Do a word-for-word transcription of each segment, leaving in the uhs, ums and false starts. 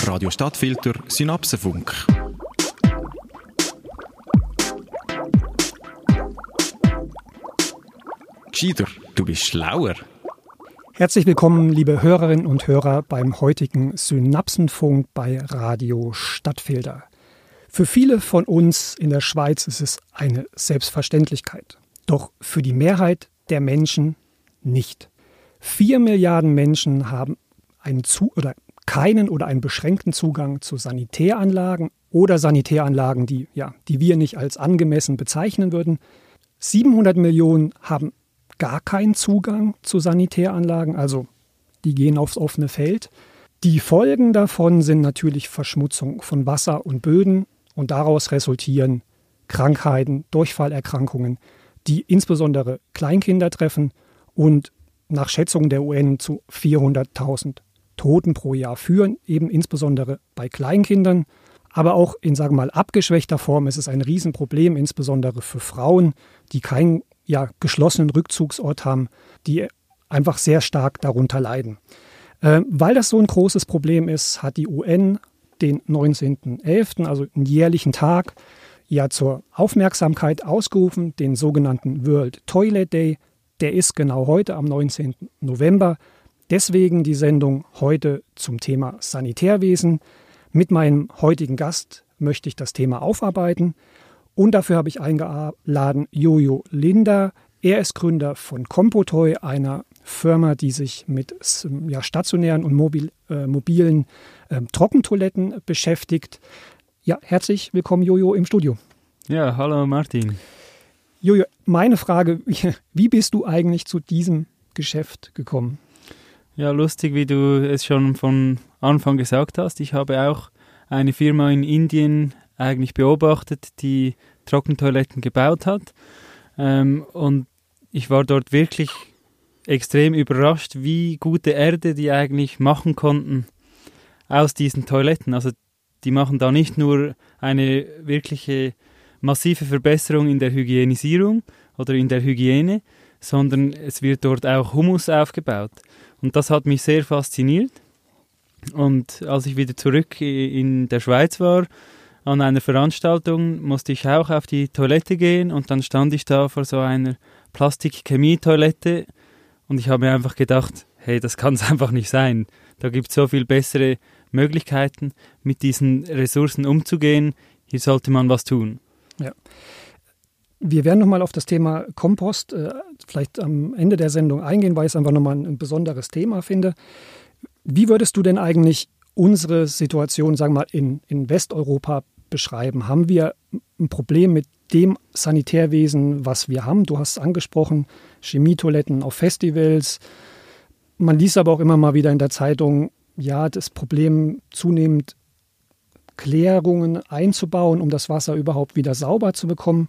Radio Stadtfilter Synapsenfunk. Gescheiter, du bist schlauer. Herzlich willkommen, liebe Hörerinnen und Hörer, beim heutigen Synapsenfunk bei Radio Stadtfilter. Für viele von uns in der Schweiz ist es eine Selbstverständlichkeit. Doch für die Mehrheit der Menschen nicht. Vier Milliarden Menschen haben einen zu oder keinen oder einen beschränkten Zugang zu Sanitäranlagen oder Sanitäranlagen, die, ja, die wir nicht als angemessen bezeichnen würden. siebenhundert Millionen haben gar keinen Zugang zu Sanitäranlagen, also die gehen aufs offene Feld. Die Folgen davon sind natürlich Verschmutzung von Wasser und Böden und daraus resultieren Krankheiten, Durchfallerkrankungen, die insbesondere Kleinkinder treffen und nach Schätzungen der U N zu vierhunderttausend Toten pro Jahr führen, eben insbesondere bei Kleinkindern. Aber auch in, sagen wir mal, abgeschwächter Form ist es ein Riesenproblem, insbesondere für Frauen, die keinen ja, geschlossenen Rückzugsort haben, die einfach sehr stark darunter leiden. Äh, weil das so ein großes Problem ist, hat die U N den neunzehnten elften, also einen jährlichen Tag, ja zur Aufmerksamkeit ausgerufen, den sogenannten World Toilet Day. Der ist genau heute am neunzehnten November. Deswegen die Sendung heute zum Thema Sanitärwesen. Mit meinem heutigen Gast möchte ich das Thema aufarbeiten. Und dafür habe ich eingeladen Jojo Linder. Er ist Gründer von Compotoi, einer Firma, die sich mit ja, stationären und mobil, äh, mobilen äh, Trockentoiletten beschäftigt. Ja, herzlich willkommen, Jojo, im Studio. Ja, hallo Martin. Jojo, meine Frage, wie bist du eigentlich zu diesem Geschäft gekommen? Ja, lustig, wie du es schon von Anfang gesagt hast. Ich habe auch eine Firma in Indien eigentlich beobachtet, die Trockentoiletten gebaut hat. Ähm, und ich war dort wirklich extrem überrascht, wie gute Erde die eigentlich machen konnten aus diesen Toiletten. Also die machen da nicht nur eine wirkliche massive Verbesserung in der Hygienisierung oder in der Hygiene, sondern es wird dort auch Humus aufgebaut. Und das hat mich sehr fasziniert. Und als ich wieder zurück in der Schweiz war, an einer Veranstaltung, musste ich auch auf die Toilette gehen und dann stand ich da vor so einer Plastik-Chemie-Toilette und ich habe mir einfach gedacht, hey, das kann es einfach nicht sein. Da gibt es so viel bessere Möglichkeiten, mit diesen Ressourcen umzugehen. Hier sollte man was tun. Ja. Wir werden nochmal auf das Thema Kompost äh, vielleicht am Ende der Sendung eingehen, weil ich es einfach nochmal ein, ein besonderes Thema finde. Wie würdest du denn eigentlich unsere Situation, sagen wir mal, in, in Westeuropa beschreiben? Haben wir ein Problem mit dem Sanitärwesen, was wir haben? Du hast es angesprochen, Chemietoiletten auf Festivals. Man liest aber auch immer mal wieder in der Zeitung, ja, das Problem zunehmend Klärungen einzubauen, um das Wasser überhaupt wieder sauber zu bekommen.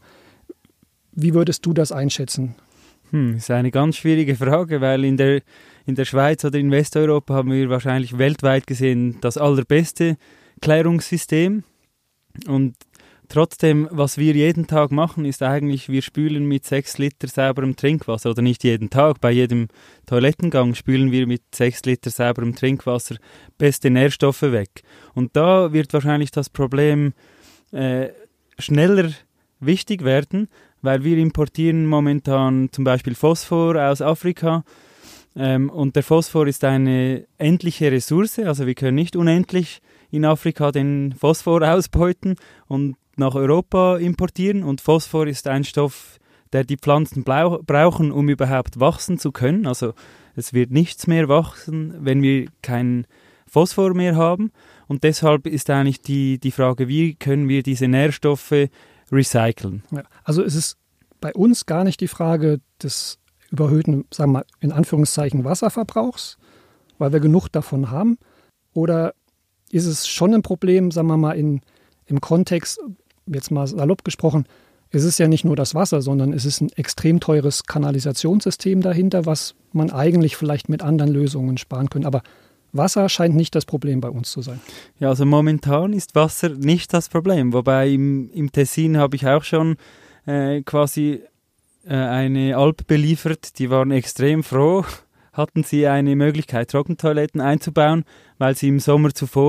Wie würdest du das einschätzen? Hm, das ist eine ganz schwierige Frage, weil in der, in der Schweiz oder in Westeuropa haben wir wahrscheinlich weltweit gesehen das allerbeste Klärungssystem. Und trotzdem, was wir jeden Tag machen, ist eigentlich, wir spülen mit sechs Liter sauberem Trinkwasser. Oder nicht jeden Tag, bei jedem Toilettengang spülen wir mit sechs Liter sauberem Trinkwasser beste Nährstoffe weg. Und da wird wahrscheinlich das Problem äh, schneller wichtig werden, weil wir importieren momentan zum Beispiel Phosphor aus Afrika ähm, und der Phosphor ist eine endliche Ressource, also wir können nicht unendlich in Afrika den Phosphor ausbeuten und nach Europa importieren und Phosphor ist ein Stoff, der die Pflanzen blau- brauchen, um überhaupt wachsen zu können, also es wird nichts mehr wachsen, wenn wir keinen Phosphor mehr haben und deshalb ist eigentlich die, die Frage, wie können wir diese Nährstoffe recyceln. Ja, also es ist bei uns gar nicht die Frage des überhöhten, sagen wir mal, in Anführungszeichen Wasserverbrauchs, weil wir genug davon haben, oder ist es schon ein Problem, sagen wir mal, in, im Kontext, jetzt mal salopp gesprochen, es ist ja nicht nur das Wasser, sondern es ist ein extrem teures Kanalisationssystem dahinter, was man eigentlich vielleicht mit anderen Lösungen sparen könnte, aber Wasser scheint nicht das Problem bei uns zu sein. Ja, also momentan ist Wasser nicht das Problem, wobei im, im Tessin habe ich auch schon äh, quasi äh, eine Alp beliefert, die waren extrem froh, hatten sie eine Möglichkeit, Trockentoiletten einzubauen, weil sie im Sommer zuvor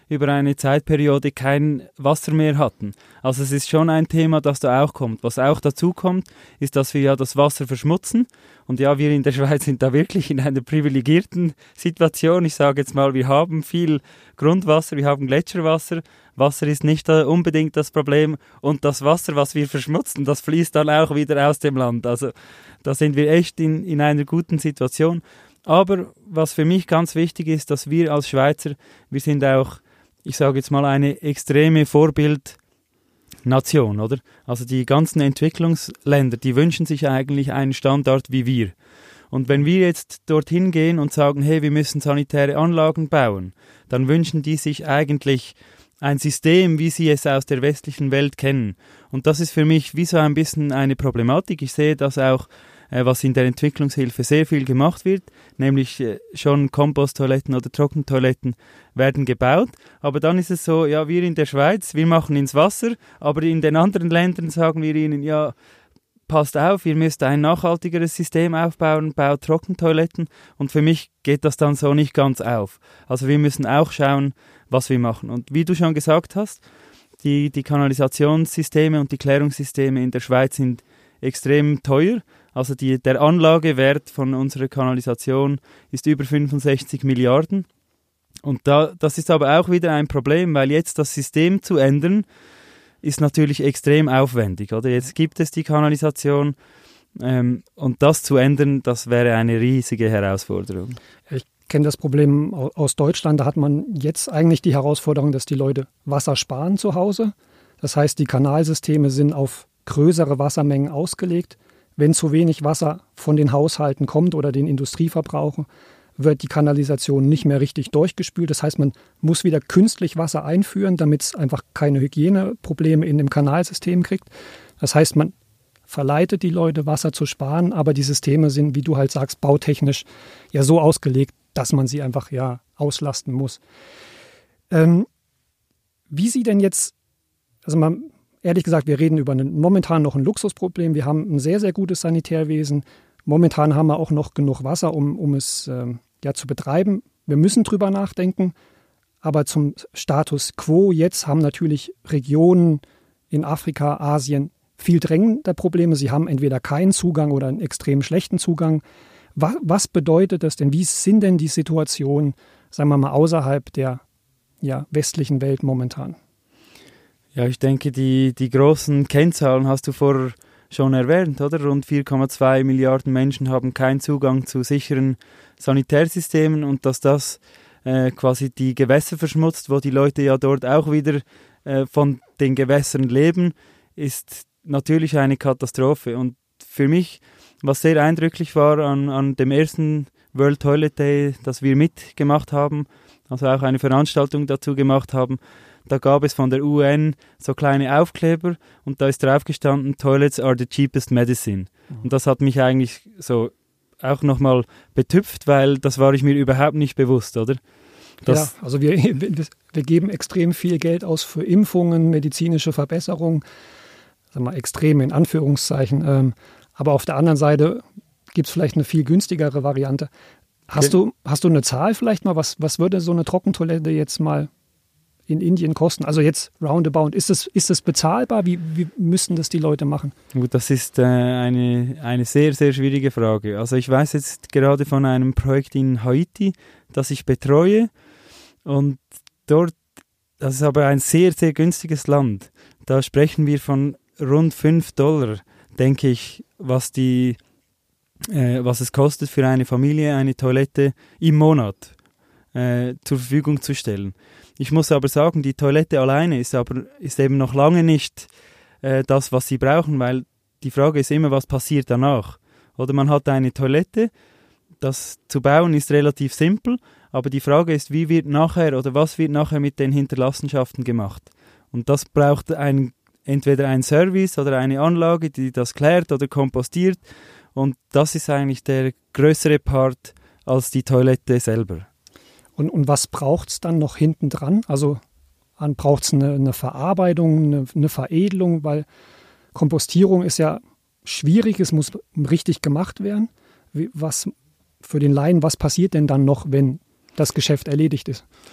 über eine Zeitperiode kein Wasser mehr hatten. Also es ist schon ein Thema, das da auch kommt. Was auch dazu kommt, ist, dass wir ja das Wasser verschmutzen. Und ja, wir in der Schweiz sind da wirklich in einer privilegierten Situation. Ich sage jetzt mal, wir haben viel Grundwasser, wir haben Gletscherwasser. Wasser ist nicht unbedingt das Problem. Und das Wasser, was wir verschmutzen, das fließt dann auch wieder aus dem Land. Also da sind wir echt in, in einer guten Situation. Aber was für mich ganz wichtig ist, dass wir als Schweizer, wir sind auch, ich sage jetzt mal, eine extreme Vorbildnation, oder? Also die ganzen Entwicklungsländer, die wünschen sich eigentlich einen Standort wie wir. Und wenn wir jetzt dorthin gehen und sagen, hey, wir müssen sanitäre Anlagen bauen, dann wünschen die sich eigentlich ein System, wie sie es aus der westlichen Welt kennen. Und das ist für mich wie so ein bisschen eine Problematik. Ich sehe das auch, was in der Entwicklungshilfe sehr viel gemacht wird, nämlich schon Komposttoiletten oder Trockentoiletten werden gebaut, aber dann ist es so, ja, wir in der Schweiz, wir machen ins Wasser, aber in den anderen Ländern sagen wir ihnen, ja, passt auf, ihr müsst ein nachhaltigeres System aufbauen, baut Trockentoiletten, und für mich geht das dann so nicht ganz auf. Also wir müssen auch schauen, was wir machen. Und wie du schon gesagt hast, die, die Kanalisationssysteme und die Klärungssysteme in der Schweiz sind extrem teuer. Also die, der Anlagewert von unserer Kanalisation ist über fünfundsechzig Milliarden. Und da, das ist aber auch wieder ein Problem, weil jetzt das System zu ändern, ist natürlich extrem aufwendig. Oder? Jetzt gibt es die Kanalisation ähm, und das zu ändern, das wäre eine riesige Herausforderung. Ich kenne das Problem aus Deutschland. Da hat man jetzt eigentlich die Herausforderung, dass die Leute Wasser sparen zu Hause. Das heißt, die Kanalsysteme sind auf größere Wassermengen ausgelegt. Wenn zu wenig Wasser von den Haushalten kommt oder den Industrieverbrauchen, wird die Kanalisation nicht mehr richtig durchgespült. Das heißt, man muss wieder künstlich Wasser einführen, damit es einfach keine Hygieneprobleme in dem Kanalsystem kriegt. Das heißt, man verleitet die Leute, Wasser zu sparen, aber die Systeme sind, wie du halt sagst, bautechnisch ja so ausgelegt, dass man sie einfach ja auslasten muss. Ähm, wie sie denn jetzt, also man ehrlich gesagt, wir reden über ein, momentan noch ein Luxusproblem. Wir haben ein sehr, sehr gutes Sanitärwesen. Momentan haben wir auch noch genug Wasser, um, um es ähm, ja, zu betreiben. Wir müssen drüber nachdenken. Aber zum Status quo jetzt haben natürlich Regionen in Afrika, Asien viel drängender Probleme. Sie haben entweder keinen Zugang oder einen extrem schlechten Zugang. Was, was bedeutet das denn? Wie sind denn die Situationen, sagen wir mal, außerhalb der ja, westlichen Welt momentan? Ja, ich denke, die, die großen Kennzahlen hast du vorher schon erwähnt, oder? Rund vier Komma zwei Milliarden Menschen haben keinen Zugang zu sicheren Sanitärsystemen, und dass das äh, quasi die Gewässer verschmutzt, wo die Leute ja dort auch wieder äh, von den Gewässern leben, ist natürlich eine Katastrophe. Und für mich, was sehr eindrücklich war an, an dem ersten World Toilet Day, das wir mitgemacht haben, also auch eine Veranstaltung dazu gemacht haben, da gab es von der U N so kleine Aufkleber und da ist drauf gestanden, Toilets are the cheapest medicine. Mhm. Und das hat mich eigentlich so auch nochmal betüpft, weil das war ich mir überhaupt nicht bewusst, oder? Das ja, also wir, wir geben extrem viel Geld aus für Impfungen, medizinische Verbesserungen, sagen wir extrem in Anführungszeichen. Ähm, aber auf der anderen Seite gibt es vielleicht eine viel günstigere Variante. Hast, okay. du, hast du eine Zahl vielleicht mal? Was, was würde so eine Trockentoilette jetzt mal in Indien kosten? Also jetzt roundabout. Ist das, ist das bezahlbar? Wie, wie müssen das die Leute machen? Gut, das ist äh, eine, eine sehr, sehr schwierige Frage. Also ich weiß jetzt gerade von einem Projekt in Haiti, das ich betreue. Und dort, das ist aber ein sehr, sehr günstiges Land. Da sprechen wir von rund fünf Dollar, denke ich, was, die, äh, was es kostet für eine Familie, eine Toilette im Monat äh, zur Verfügung zu stellen. Ich muss aber sagen, die Toilette alleine ist aber ist eben noch lange nicht äh, das, was sie brauchen, weil die Frage ist immer, was passiert danach. Oder man hat eine Toilette, das zu bauen ist relativ simpel, aber die Frage ist, wie wird nachher oder was wird nachher mit den Hinterlassenschaften gemacht? Und das braucht ein, entweder ein Service oder eine Anlage, die das klärt oder kompostiert, und das ist eigentlich der größere Part als die Toilette selber. Und, und was braucht es dann noch hinten dran? Also braucht es eine, eine Verarbeitung, eine, eine Veredelung, weil Kompostierung ist ja schwierig, es muss richtig gemacht werden. Wie, was für den Laien, was passiert denn dann noch, wenn das Geschäft erledigt ist?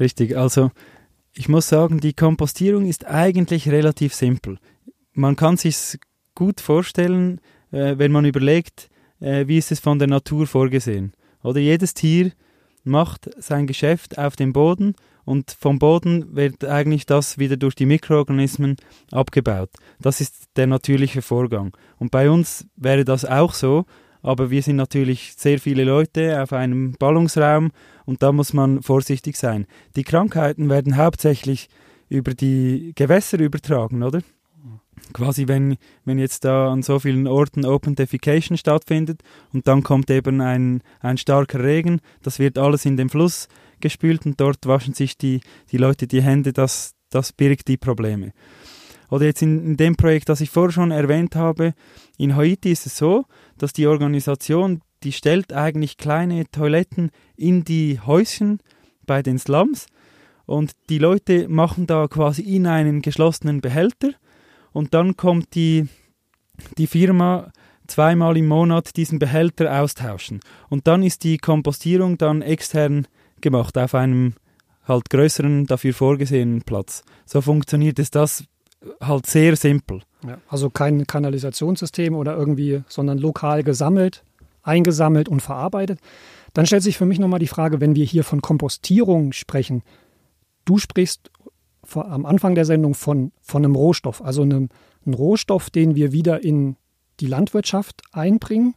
Richtig, also ich muss sagen, die Kompostierung ist eigentlich relativ simpel. Man kann sich gut vorstellen, äh, wenn man überlegt, äh, wie ist es von der Natur vorgesehen. Oder jedes Tier macht sein Geschäft auf dem Boden und vom Boden wird eigentlich das wieder durch die Mikroorganismen abgebaut. Das ist der natürliche Vorgang. Und bei uns wäre das auch so, aber wir sind natürlich sehr viele Leute auf einem Ballungsraum und da muss man vorsichtig sein. Die Krankheiten werden hauptsächlich über die Gewässer übertragen, oder? Quasi wenn, wenn jetzt da an so vielen Orten Open Defecation stattfindet und dann kommt eben ein, ein starker Regen, das wird alles in den Fluss gespült und dort waschen sich die, die Leute die Hände, das, das birgt die Probleme. Oder jetzt in, in dem Projekt, das ich vorher schon erwähnt habe, in Haiti ist es so, dass die Organisation, die stellt eigentlich kleine Toiletten in die Häuschen bei den Slums und die Leute machen da quasi in einen geschlossenen Behälter und dann kommt die, die Firma zweimal im Monat diesen Behälter austauschen. Und dann ist die Kompostierung dann extern gemacht auf einem halt größeren, dafür vorgesehenen Platz. So funktioniert es das halt sehr simpel. Ja, also kein Kanalisationssystem oder irgendwie, sondern lokal gesammelt, eingesammelt und verarbeitet. Dann stellt sich für mich nochmal die Frage, wenn wir hier von Kompostierung sprechen, du sprichst vor, am Anfang der Sendung von, von einem Rohstoff, also einem, einem Rohstoff, den wir wieder in die Landwirtschaft einbringen.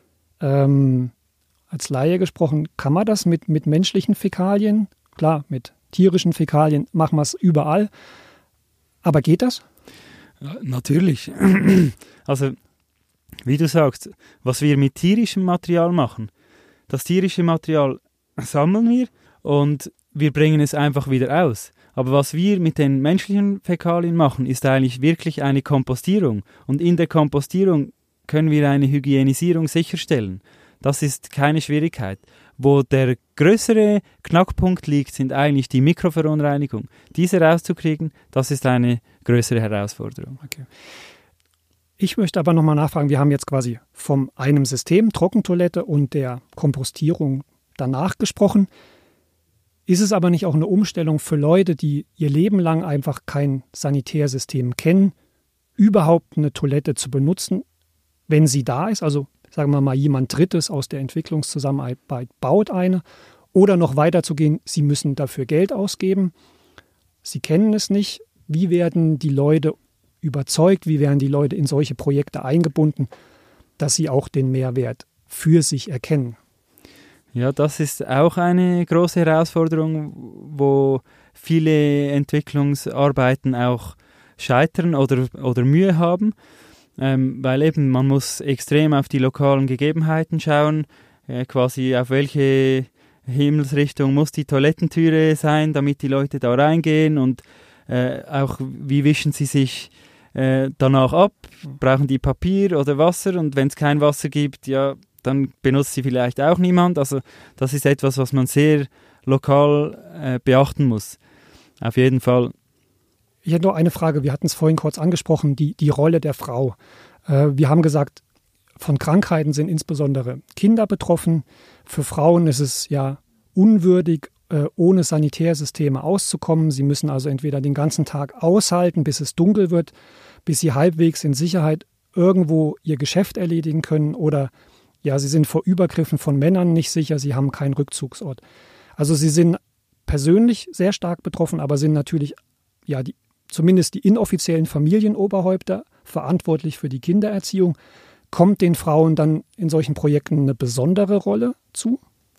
Ähm, als Laie gesprochen, kann man das mit, mit menschlichen Fäkalien? Klar, mit tierischen Fäkalien machen wir es überall. Aber geht das? Ja, natürlich. Also, wie du sagst, was wir mit tierischem Material machen, das tierische Material sammeln wir und wir bringen es einfach wieder aus. Aber was wir mit den menschlichen Fäkalien machen, ist eigentlich wirklich eine Kompostierung. Und in der Kompostierung können wir eine Hygienisierung sicherstellen. Das ist keine Schwierigkeit. Wo der größere Knackpunkt liegt, sind eigentlich die Mikroverunreinigung. Diese rauszukriegen, das ist eine größere Herausforderung. Okay. Ich möchte aber nochmal nachfragen, wir haben jetzt quasi von einem System, Trockentoilette und der Kompostierung danach gesprochen. Ist es aber nicht auch eine Umstellung für Leute, die ihr Leben lang einfach kein Sanitärsystem kennen, überhaupt eine Toilette zu benutzen, wenn sie da ist? Also sagen wir mal, jemand Drittes aus der Entwicklungszusammenarbeit baut eine. Oder noch weiter zu gehen, sie müssen dafür Geld ausgeben. Sie kennen es nicht. Wie werden die Leute überzeugt, wie werden die Leute in solche Projekte eingebunden, dass sie auch den Mehrwert für sich erkennen? Ja, das ist auch eine große Herausforderung, wo viele Entwicklungsarbeiten auch scheitern oder, oder Mühe haben, ähm, weil eben man muss extrem auf die lokalen Gegebenheiten schauen, äh, quasi auf welche Himmelsrichtung muss die Toilettentüre sein, damit die Leute da reingehen und äh, auch wie wischen sie sich äh, danach ab, brauchen die Papier oder Wasser und wenn es kein Wasser gibt, ja, dann benutzt sie vielleicht auch niemand. Also das ist etwas, was man sehr lokal äh, beachten muss. Auf jeden Fall. Ich hätte noch eine Frage, wir hatten es vorhin kurz angesprochen, die, die Rolle der Frau. Äh, wir haben gesagt, von Krankheiten sind insbesondere Kinder betroffen. Für Frauen ist es ja unwürdig, äh, ohne Sanitärsysteme auszukommen. Sie müssen also entweder den ganzen Tag aushalten, bis es dunkel wird, bis sie halbwegs in Sicherheit irgendwo ihr Geschäft erledigen können oder ja, sie sind vor Übergriffen von Männern nicht sicher, sie haben keinen Rückzugsort. Also sie sind persönlich sehr stark betroffen, aber sind natürlich ja die, zumindest die inoffiziellen Familienoberhäupter verantwortlich für die Kindererziehung. Kommt den Frauen dann in solchen Projekten eine besondere Rolle zu?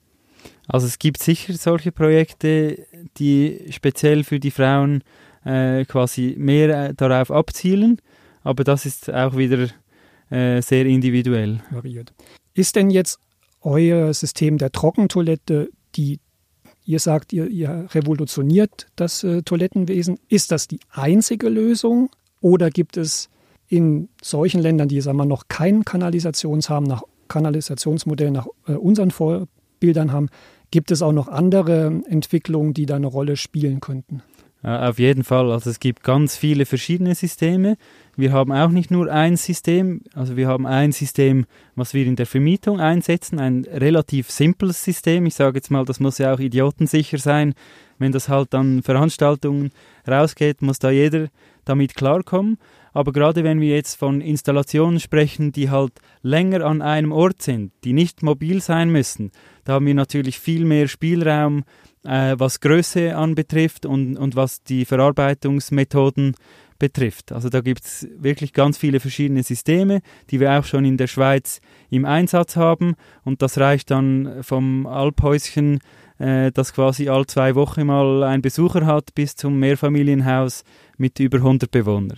Also es gibt sicher solche Projekte, die speziell für die Frauen äh, quasi mehr äh, darauf abzielen, aber das ist auch wieder äh, sehr individuell. Variiert. Ist denn jetzt euer System der Trockentoilette, die ihr sagt, ihr, ihr revolutioniert das äh, Toilettenwesen, ist das die einzige Lösung oder gibt es in solchen Ländern, die sagen wir, noch kein Kanalisations haben, nach Kanalisationsmodell nach äh, unseren Vorbildern haben, gibt es auch noch andere Entwicklungen, die da eine Rolle spielen könnten? Auf jeden Fall. Also es gibt ganz viele verschiedene Systeme. Wir haben auch nicht nur ein System, also wir haben ein System, was wir in der Vermietung einsetzen, ein relativ simples System. Ich sage jetzt mal, das muss ja auch idiotensicher sein. Wenn das halt an Veranstaltungen rausgeht, muss da jeder damit klarkommen. Aber gerade wenn wir jetzt von Installationen sprechen, die halt länger an einem Ort sind, die nicht mobil sein müssen, da haben wir natürlich viel mehr Spielraum, äh, was Größe anbetrifft und, und was die Verarbeitungsmethoden betrifft. Also da gibt es wirklich ganz viele verschiedene Systeme, die wir auch schon in der Schweiz im Einsatz haben, und das reicht dann vom Alphäuschen, äh, das quasi all zwei Wochen mal einen Besucher hat, bis zum Mehrfamilienhaus mit über hundert Bewohnern.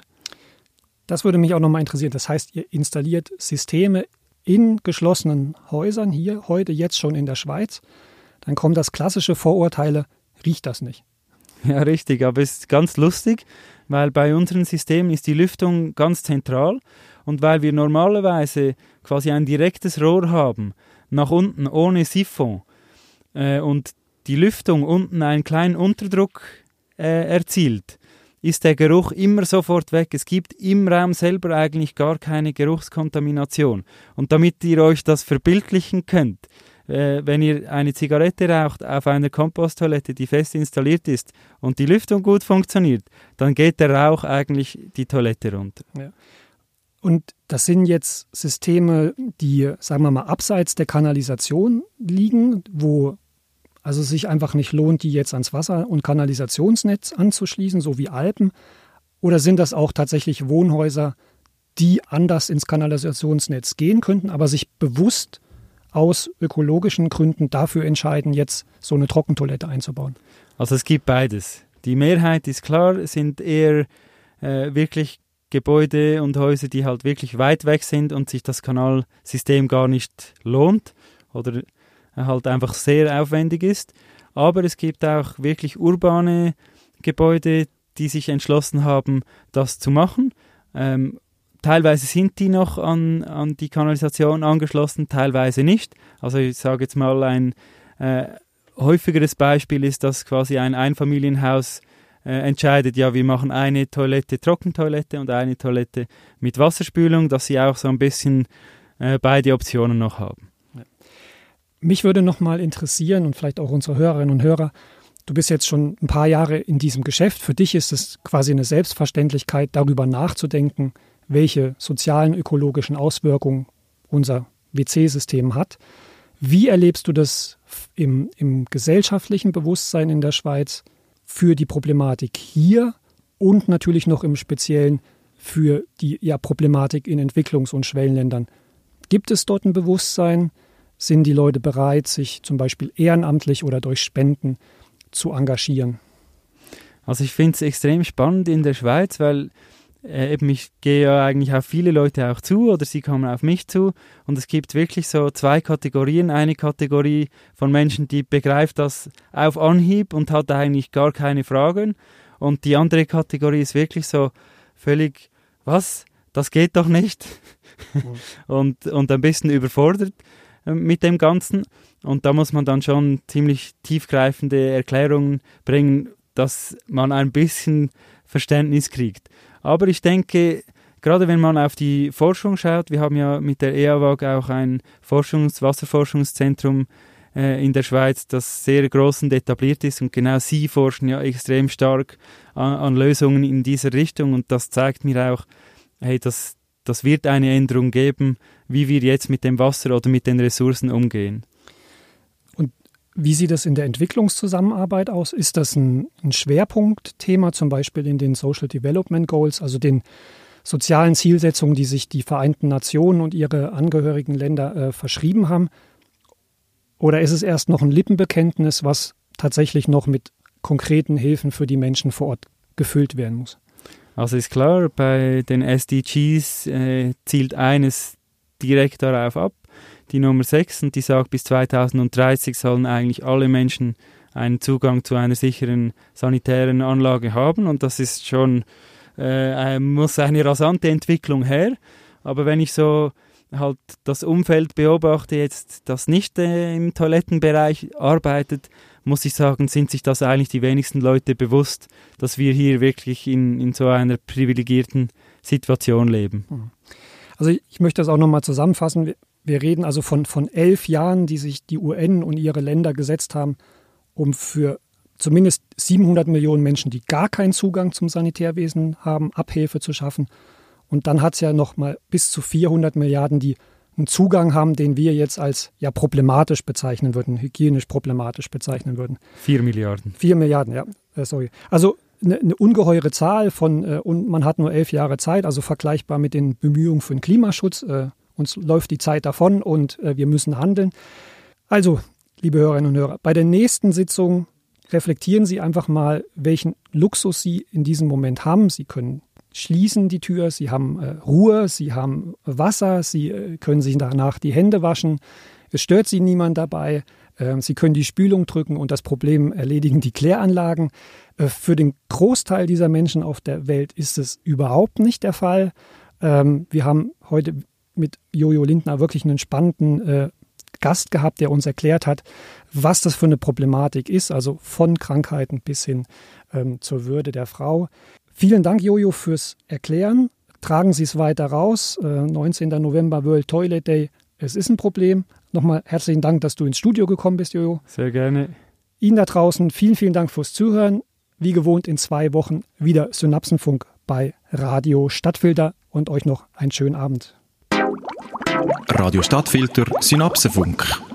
Das würde mich auch nochmal interessieren. Das heißt, ihr installiert Systeme in geschlossenen Häusern hier, heute jetzt schon in der Schweiz. Dann kommen das klassische Vorurteile, riecht das nicht? Ja, richtig, aber es ist ganz lustig, weil bei unseren Systemen ist die Lüftung ganz zentral, und weil wir normalerweise quasi ein direktes Rohr haben, nach unten ohne Siphon, äh, und die Lüftung unten einen kleinen Unterdruck äh, erzielt, ist der Geruch immer sofort weg. Es gibt im Raum selber eigentlich gar keine Geruchskontamination. Und damit ihr euch das verbildlichen könnt, äh, wenn ihr eine Zigarette raucht auf einer Komposttoilette, die fest installiert ist und die Lüftung gut funktioniert, dann geht der Rauch eigentlich die Toilette runter. Ja. Und das sind jetzt Systeme, die, sagen wir mal, abseits der Kanalisation liegen, wo also sich einfach nicht lohnt, die jetzt ans Wasser- und Kanalisationsnetz anzuschließen, so wie Alpen? Oder sind das auch tatsächlich Wohnhäuser, die anders ins Kanalisationsnetz gehen könnten, aber sich bewusst aus ökologischen Gründen dafür entscheiden, jetzt so eine Trockentoilette einzubauen? Also es gibt beides. Die Mehrheit ist klar, sind eher äh, wirklich Gebäude und Häuser, die halt wirklich weit weg sind und sich das Kanalsystem gar nicht lohnt oder halt einfach sehr aufwendig ist. Aber es gibt auch wirklich urbane Gebäude, die sich entschlossen haben, das zu machen. Ähm, teilweise sind die noch an, an die Kanalisation angeschlossen, teilweise nicht. Also ich sage jetzt mal, ein äh, häufigeres Beispiel ist, dass quasi ein Einfamilienhaus äh, entscheidet, ja, wir machen eine Toilette, Trockentoilette und eine Toilette mit Wasserspülung, dass sie auch so ein bisschen äh, beide Optionen noch haben. Mich würde noch mal interessieren und vielleicht auch unsere Hörerinnen und Hörer, du bist jetzt schon ein paar Jahre in diesem Geschäft. Für dich ist es quasi eine Selbstverständlichkeit, darüber nachzudenken, welche sozialen, ökologischen Auswirkungen unser W C-System hat. Wie erlebst du das im, im gesellschaftlichen Bewusstsein in der Schweiz für die Problematik hier und natürlich noch im Speziellen für die ja, Problematik in Entwicklungs- und Schwellenländern? Gibt es dort ein Bewusstsein? Sind die Leute bereit, sich zum Beispiel ehrenamtlich oder durch Spenden zu engagieren? Also ich finde es extrem spannend in der Schweiz, weil äh, eben ich gehe ja eigentlich auf viele Leute auch zu oder sie kommen auf mich zu, und es gibt wirklich so zwei Kategorien. Eine Kategorie von Menschen, die begreift das auf Anhieb und hat eigentlich gar keine Fragen, und die andere Kategorie ist wirklich so völlig, was, das geht doch nicht mhm. und, und ein bisschen überfordert mit dem Ganzen, und da muss man dann schon ziemlich tiefgreifende Erklärungen bringen, dass man ein bisschen Verständnis kriegt. Aber ich denke, gerade wenn man auf die Forschung schaut, wir haben ja mit der E A W A G auch ein Forschungs-, Wasserforschungszentrum äh, in der Schweiz, das sehr groß und etabliert ist, und genau sie forschen ja extrem stark an, an Lösungen in dieser Richtung, und das zeigt mir auch, hey, das Das wird eine Änderung geben, wie wir jetzt mit dem Wasser oder mit den Ressourcen umgehen. Und wie sieht es in der Entwicklungszusammenarbeit aus? Ist das ein, ein Schwerpunktthema, zum Beispiel in den Social Development Goals, also den sozialen Zielsetzungen, die sich die Vereinten Nationen und ihre angehörigen Länder äh, verschrieben haben? Oder ist es erst noch ein Lippenbekenntnis, was tatsächlich noch mit konkreten Hilfen für die Menschen vor Ort gefüllt werden muss? Also ist klar, bei den S D Gs äh, zielt eines direkt darauf ab, die Nummer sechs, und die sagt, bis zweitausenddreißig sollen eigentlich alle Menschen einen Zugang zu einer sicheren sanitären Anlage haben, und das ist schon, äh, muss eine rasante Entwicklung her. Aber wenn ich so halt das Umfeld beobachte jetzt, das nicht äh, im Toilettenbereich arbeitet, muss ich sagen, sind sich das eigentlich die wenigsten Leute bewusst, dass wir hier wirklich in, in so einer privilegierten Situation leben. Also ich möchte das auch nochmal zusammenfassen. Wir, wir reden also von, von elf Jahren, die sich die U N und ihre Länder gesetzt haben, um für zumindest siebenhundert Millionen Menschen, die gar keinen Zugang zum Sanitärwesen haben, Abhilfe zu schaffen. Und dann hat es ja noch mal bis zu vierhundert Milliarden, die einen Zugang haben, den wir jetzt als ja problematisch bezeichnen würden, hygienisch problematisch bezeichnen würden. Vier Milliarden. Vier Milliarden, ja, äh, sorry. Also eine, eine ungeheure Zahl von, äh, und man hat nur elf Jahre Zeit, also vergleichbar mit den Bemühungen für den Klimaschutz. Äh, uns läuft die Zeit davon und äh, wir müssen handeln. Also, liebe Hörerinnen und Hörer, bei der nächsten Sitzung reflektieren Sie einfach mal, welchen Luxus Sie in diesem Moment haben. Sie können schließen die Tür, Sie haben äh, Ruhe, Sie haben Wasser, Sie äh, können sich danach die Hände waschen, es stört Sie niemand dabei, äh, Sie können die Spülung drücken und das Problem erledigen die Kläranlagen. Äh, für den Großteil dieser Menschen auf der Welt ist es überhaupt nicht der Fall. Ähm, wir haben heute mit Jojo Lindner wirklich einen spannenden äh, Gast gehabt, der uns erklärt hat, was das für eine Problematik ist, also von Krankheiten bis hin ähm, zur Würde der Frau. Vielen Dank, Jojo, fürs Erklären. Tragen Sie es weiter raus. Äh, neunzehnten November World Toilet Day. Es ist ein Problem. Nochmal herzlichen Dank, dass du ins Studio gekommen bist, Jojo. Sehr gerne. Ihnen da draußen vielen, vielen Dank fürs Zuhören. Wie gewohnt in zwei Wochen wieder Synapsenfunk bei Radio Stadtfilter und euch noch einen schönen Abend. Radio Stadtfilter Synapsenfunk.